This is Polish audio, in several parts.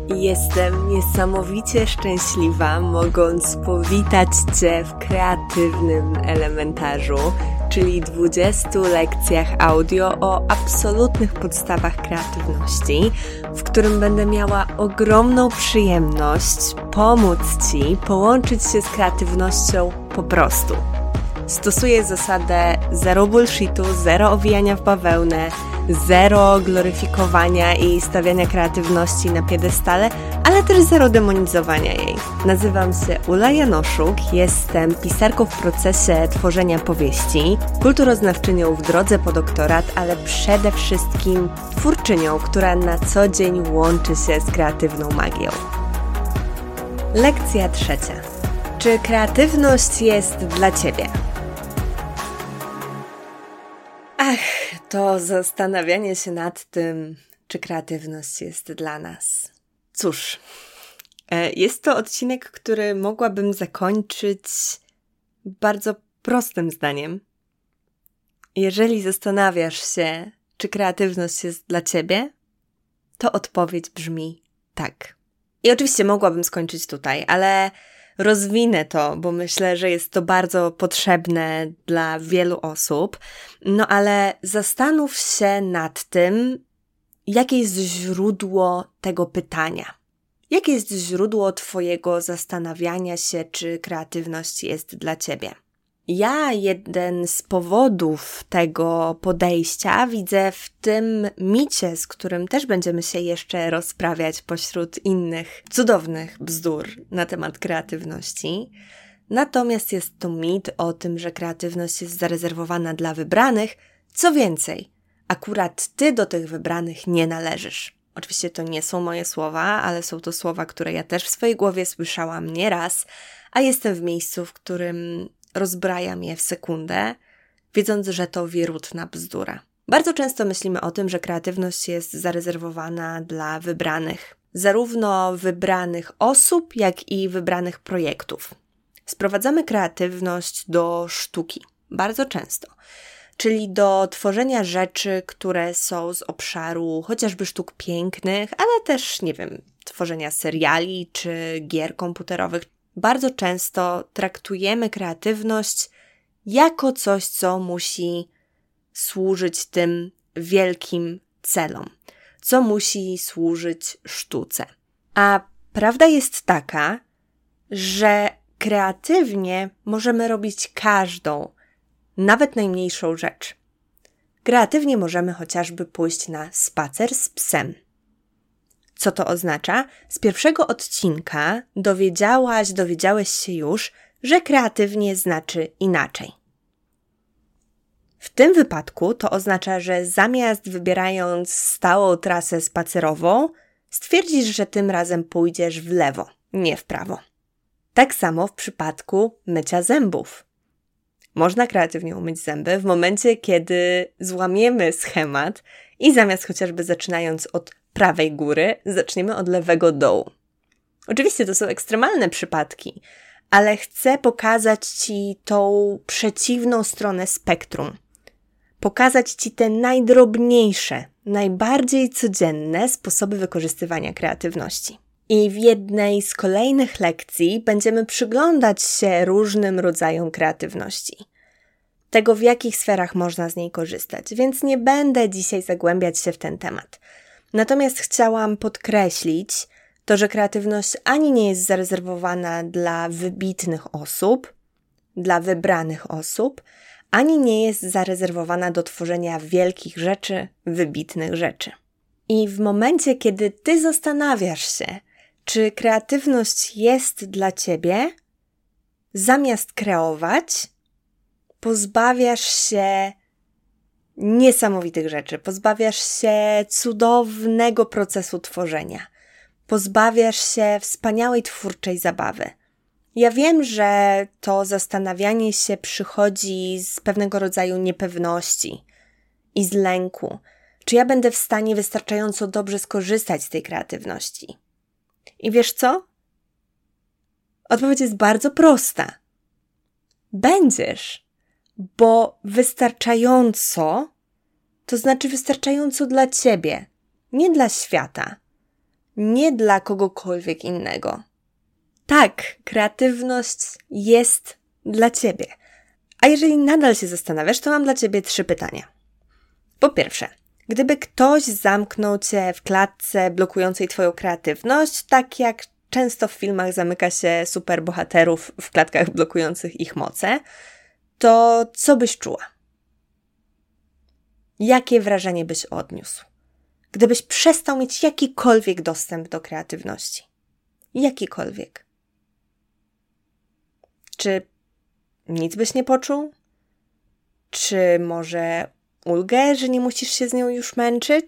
Jestem niesamowicie szczęśliwa, mogąc powitać Cię w kreatywnym elementarzu, czyli 20 lekcjach audio o absolutnych podstawach kreatywności, w którym będę miała ogromną przyjemność pomóc Ci połączyć się z kreatywnością po prostu. Stosuję zasadę zero bullshitu, zero owijania w bawełnę, zero gloryfikowania i stawiania kreatywności na piedestale, ale też zero demonizowania jej. Nazywam się Ula Janoszuk, jestem pisarką w procesie tworzenia powieści, kulturoznawczynią w drodze po doktorat, ale przede wszystkim twórczynią, która na co dzień łączy się z kreatywną magią. Lekcja 3. Czy kreatywność jest dla Ciebie? To zastanawianie się nad tym, czy kreatywność jest dla nas. Cóż, jest to odcinek, który mogłabym zakończyć bardzo prostym zdaniem. Jeżeli zastanawiasz się, czy kreatywność jest dla Ciebie, to odpowiedź brzmi tak. I oczywiście mogłabym skończyć tutaj, ale rozwinę to, bo myślę, że jest to bardzo potrzebne dla wielu osób. No ale zastanów się nad tym, jakie jest źródło tego pytania. Jakie jest źródło Twojego zastanawiania się, czy kreatywność jest dla Ciebie? Ja jeden z powodów tego podejścia widzę w tym micie, z którym też będziemy się jeszcze rozprawiać pośród innych cudownych bzdur na temat kreatywności. Natomiast jest to mit o tym, że kreatywność jest zarezerwowana dla wybranych. Co więcej, akurat Ty do tych wybranych nie należysz. Oczywiście to nie są moje słowa, ale są to słowa, które ja też w swojej głowie słyszałam nieraz, a jestem w miejscu, w którym rozbrajam je w sekundę, wiedząc, że to wierutna bzdura. Bardzo często myślimy o tym, że kreatywność jest zarezerwowana dla wybranych. Zarówno wybranych osób, jak i wybranych projektów. Sprowadzamy kreatywność do sztuki. Bardzo często. Czyli do tworzenia rzeczy, które są z obszaru chociażby sztuk pięknych, ale też, tworzenia seriali czy gier komputerowych. Bardzo często traktujemy kreatywność jako coś, co musi służyć tym wielkim celom, co musi służyć sztuce. A prawda jest taka, że kreatywnie możemy robić każdą, nawet najmniejszą rzecz. Kreatywnie możemy chociażby pójść na spacer z psem. Co to oznacza? Z pierwszego odcinka dowiedziałeś się już, że kreatywnie znaczy inaczej. W tym wypadku to oznacza, że zamiast wybierając stałą trasę spacerową, stwierdzisz, że tym razem pójdziesz w lewo, nie w prawo. Tak samo w przypadku mycia zębów. Można kreatywnie umyć zęby w momencie, kiedy złamiemy schemat i zamiast chociażby zaczynając od prawej góry, zaczniemy od lewego dołu. Oczywiście to są ekstremalne przypadki, ale chcę pokazać Ci tą przeciwną stronę spektrum. Pokazać Ci te najdrobniejsze, najbardziej codzienne sposoby wykorzystywania kreatywności. I w jednej z kolejnych lekcji będziemy przyglądać się różnym rodzajom kreatywności. Tego, w jakich sferach można z niej korzystać, więc nie będę dzisiaj zagłębiać się w ten temat. Natomiast chciałam podkreślić to, że kreatywność ani nie jest zarezerwowana dla wybitnych osób, dla wybranych osób, ani nie jest zarezerwowana do tworzenia wielkich rzeczy, wybitnych rzeczy. I w momencie, kiedy Ty zastanawiasz się, czy kreatywność jest dla Ciebie, zamiast kreować, pozbawiasz się niesamowitych rzeczy, pozbawiasz się cudownego procesu tworzenia, pozbawiasz się wspaniałej twórczej zabawy. Ja wiem, że to zastanawianie się przychodzi z pewnego rodzaju niepewności i z lęku. Czy ja będę w stanie wystarczająco dobrze skorzystać z tej kreatywności? I wiesz co? Odpowiedź jest bardzo prosta. Będziesz, bo wystarczająco to znaczy wystarczająco dla Ciebie, nie dla świata. nie dla kogokolwiek innego. Tak, kreatywność jest dla Ciebie. A jeżeli nadal się zastanawiasz, to mam dla Ciebie 3 pytania. Po pierwsze, gdyby ktoś zamknął Cię w klatce blokującej Twoją kreatywność, tak jak często w filmach zamyka się superbohaterów w klatkach blokujących ich moce, to co byś czuła? Jakie wrażenie byś odniósł? Gdybyś przestał mieć jakikolwiek dostęp do kreatywności. Jakikolwiek. Czy nic byś nie poczuł? Czy może ulgę, że nie musisz się z nią już męczyć?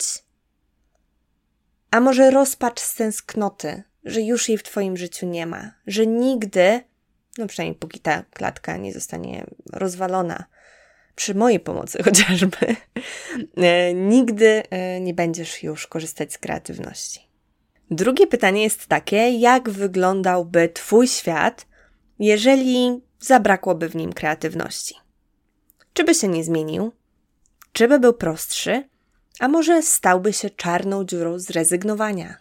A może rozpacz z tęsknoty, że już jej w Twoim życiu nie ma, że nigdy, no przynajmniej póki ta klatka nie zostanie rozwalona, przy mojej pomocy chociażby, nigdy nie będziesz już korzystać z kreatywności. Drugie pytanie jest takie, jak wyglądałby Twój świat, jeżeli zabrakłoby w nim kreatywności? Czy by się nie zmienił? Czy by był prostszy? A może stałby się czarną dziurą zrezygnowania?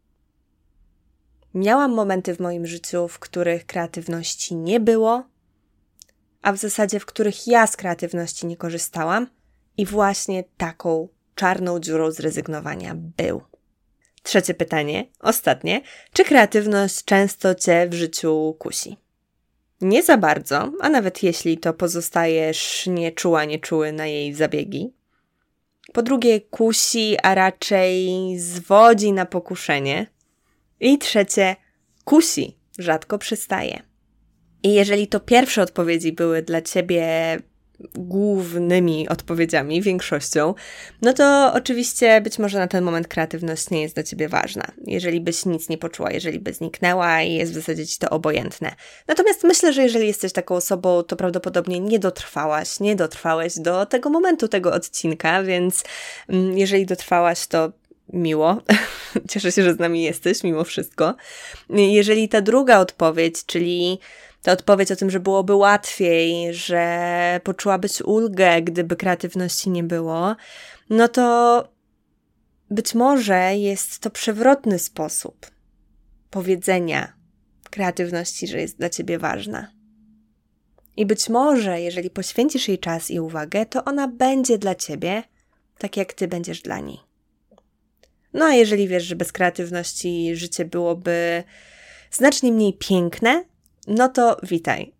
Miałam momenty w moim życiu, w których kreatywności nie było, a w zasadzie w których ja z kreatywności nie korzystałam i właśnie taką czarną dziurą zrezygnowania był. Trzecie pytanie, ostatnie. Czy kreatywność często Cię w życiu kusi? Nie za bardzo, a nawet jeśli to pozostajesz nieczuły na jej zabiegi. Po drugie, kusi, a raczej zwodzi na pokuszenie. I trzecie, kusi, rzadko przystaje. I jeżeli to pierwsze odpowiedzi były dla Ciebie głównymi odpowiedziami, większością, no to oczywiście być może na ten moment kreatywność nie jest dla Ciebie ważna. Jeżeli byś nic nie poczuła, jeżeli by zniknęła i jest w zasadzie Ci to obojętne. Natomiast myślę, że jeżeli jesteś taką osobą, to prawdopodobnie nie dotrwałeś do tego momentu, tego odcinka, więc jeżeli dotrwałaś, to miło. Cieszę się, że z nami jesteś mimo wszystko. Jeżeli ta druga odpowiedź, czyli ta odpowiedź o tym, że byłoby łatwiej, że poczułabyś ulgę, gdyby kreatywności nie było, no to być może jest to przewrotny sposób powiedzenia kreatywności, że jest dla Ciebie ważna. I być może, jeżeli poświęcisz jej czas i uwagę, to ona będzie dla Ciebie tak, jak Ty będziesz dla niej. No a jeżeli wiesz, że bez kreatywności życie byłoby znacznie mniej piękne, no to witaj.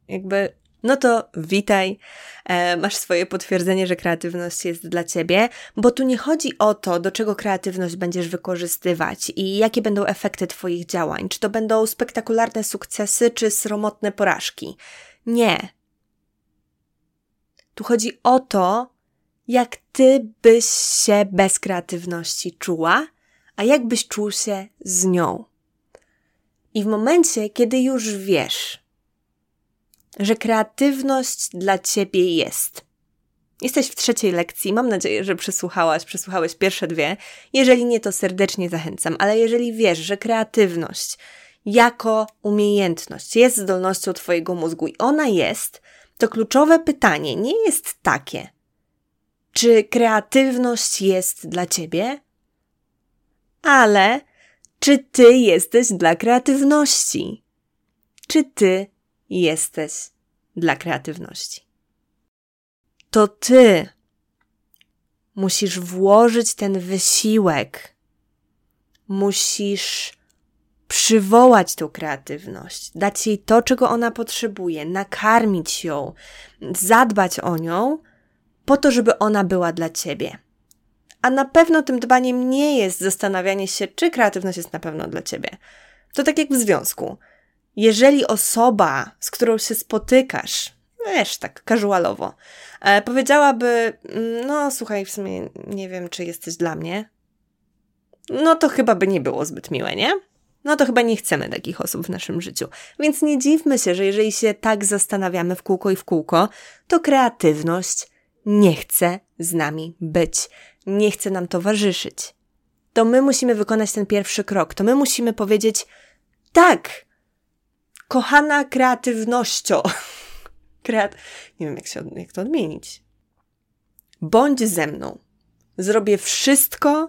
Masz swoje potwierdzenie, że kreatywność jest dla Ciebie, bo tu nie chodzi o to, do czego kreatywność będziesz wykorzystywać i jakie będą efekty Twoich działań. Czy to będą spektakularne sukcesy, czy sromotne porażki. Nie. Tu chodzi o to, jak Ty byś się bez kreatywności czuła, a jak byś czuł się z nią. I w momencie, kiedy już wiesz, że kreatywność dla Ciebie jest. Jesteś w 3. lekcji, mam nadzieję, że przesłuchałeś pierwsze 2. Jeżeli nie, to serdecznie zachęcam, ale jeżeli wiesz, że kreatywność jako umiejętność jest zdolnością Twojego mózgu i ona jest, to kluczowe pytanie nie jest takie, czy kreatywność jest dla Ciebie, ale czy Ty jesteś dla kreatywności? Czy Ty jesteś dla kreatywności? To Ty musisz włożyć ten wysiłek. Musisz przywołać tą kreatywność, dać jej to, czego ona potrzebuje, nakarmić ją, zadbać o nią, po to, żeby ona była dla Ciebie. A na pewno tym dbaniem nie jest zastanawianie się, czy kreatywność jest na pewno dla Ciebie. To tak jak w związku. Jeżeli osoba, z którą się spotykasz, wiesz, tak casualowo, powiedziałaby, no słuchaj, w sumie nie wiem, czy jesteś dla mnie, no to chyba by nie było zbyt miłe, nie? No to chyba nie chcemy takich osób w naszym życiu. Więc nie dziwmy się, że jeżeli się tak zastanawiamy w kółko i w kółko, to kreatywność nie chce z nami być, nie chce nam towarzyszyć. To my musimy wykonać ten pierwszy krok, to my musimy powiedzieć, tak, kochana kreatywnością, nie wiem jak to odmienić, bądź ze mną, zrobię wszystko,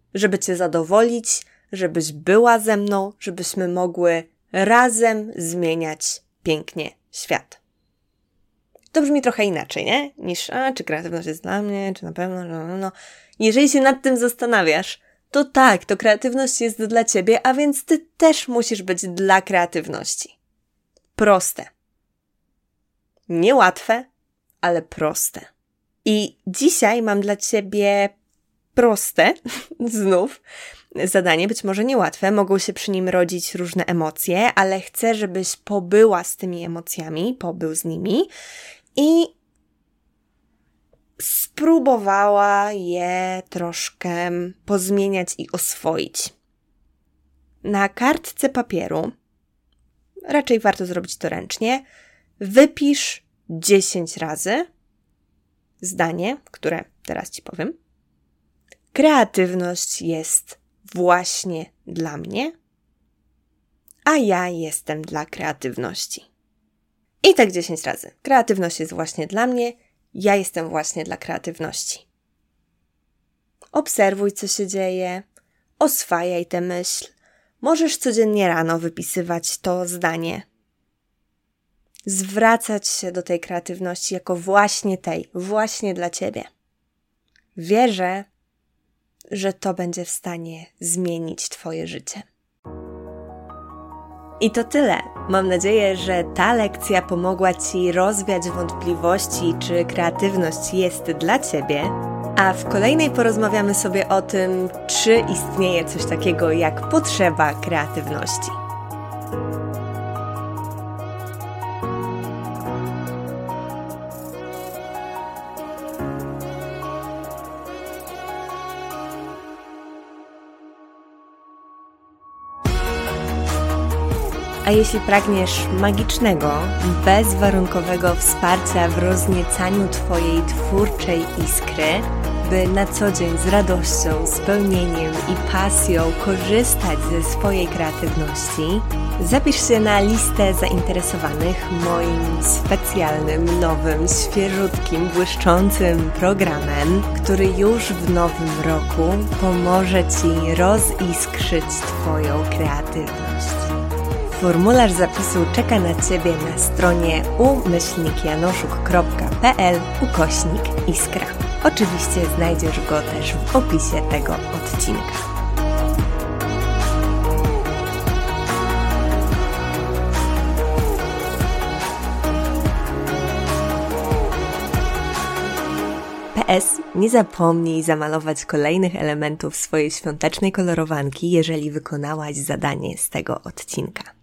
żeby Cię zadowolić, żebyś była ze mną, żebyśmy mogły razem zmieniać pięknie świat. To brzmi trochę inaczej, nie? Niż, czy kreatywność jest dla mnie, czy na pewno, no. Jeżeli się nad tym zastanawiasz, to tak, to kreatywność jest dla Ciebie, a więc Ty też musisz być dla kreatywności. Proste. Niełatwe, ale proste. I dzisiaj mam dla Ciebie proste, znów, zadanie, być może niełatwe, mogą się przy nim rodzić różne emocje, ale chcę, żebyś pobyła z tymi emocjami, pobył z nimi i spróbowała je troszkę pozmieniać i oswoić. Na kartce papieru, raczej warto zrobić to ręcznie, wypisz 10 razy zdanie, które teraz Ci powiem. Kreatywność jest właśnie dla mnie, a ja jestem dla kreatywności. I tak 10 razy. Kreatywność jest właśnie dla mnie, ja jestem właśnie dla kreatywności. Obserwuj, co się dzieje, oswajaj tę myśl. Możesz codziennie rano wypisywać to zdanie. Zwracać się do tej kreatywności jako właśnie tej, właśnie dla Ciebie. Wierzę, że to będzie w stanie zmienić Twoje życie. I to tyle. Mam nadzieję, że ta lekcja pomogła Ci rozwiać wątpliwości, czy kreatywność jest dla Ciebie, a w kolejnej porozmawiamy sobie o tym, czy istnieje coś takiego jak potrzeba kreatywności. A jeśli pragniesz magicznego, bezwarunkowego wsparcia w rozniecaniu Twojej twórczej iskry, by na co dzień z radością, spełnieniem i pasją korzystać ze swojej kreatywności, zapisz się na listę zainteresowanych moim specjalnym, nowym, świeżutkim, błyszczącym programem, który już w nowym roku pomoże Ci roziskrzyć Twoją kreatywność. Formularz zapisu czeka na Ciebie na stronie umyślnikjanoszuk.pl/iskra. Oczywiście znajdziesz go też w opisie tego odcinka. PS, nie zapomnij zamalować kolejnych elementów swojej świątecznej kolorowanki, jeżeli wykonałaś zadanie z tego odcinka.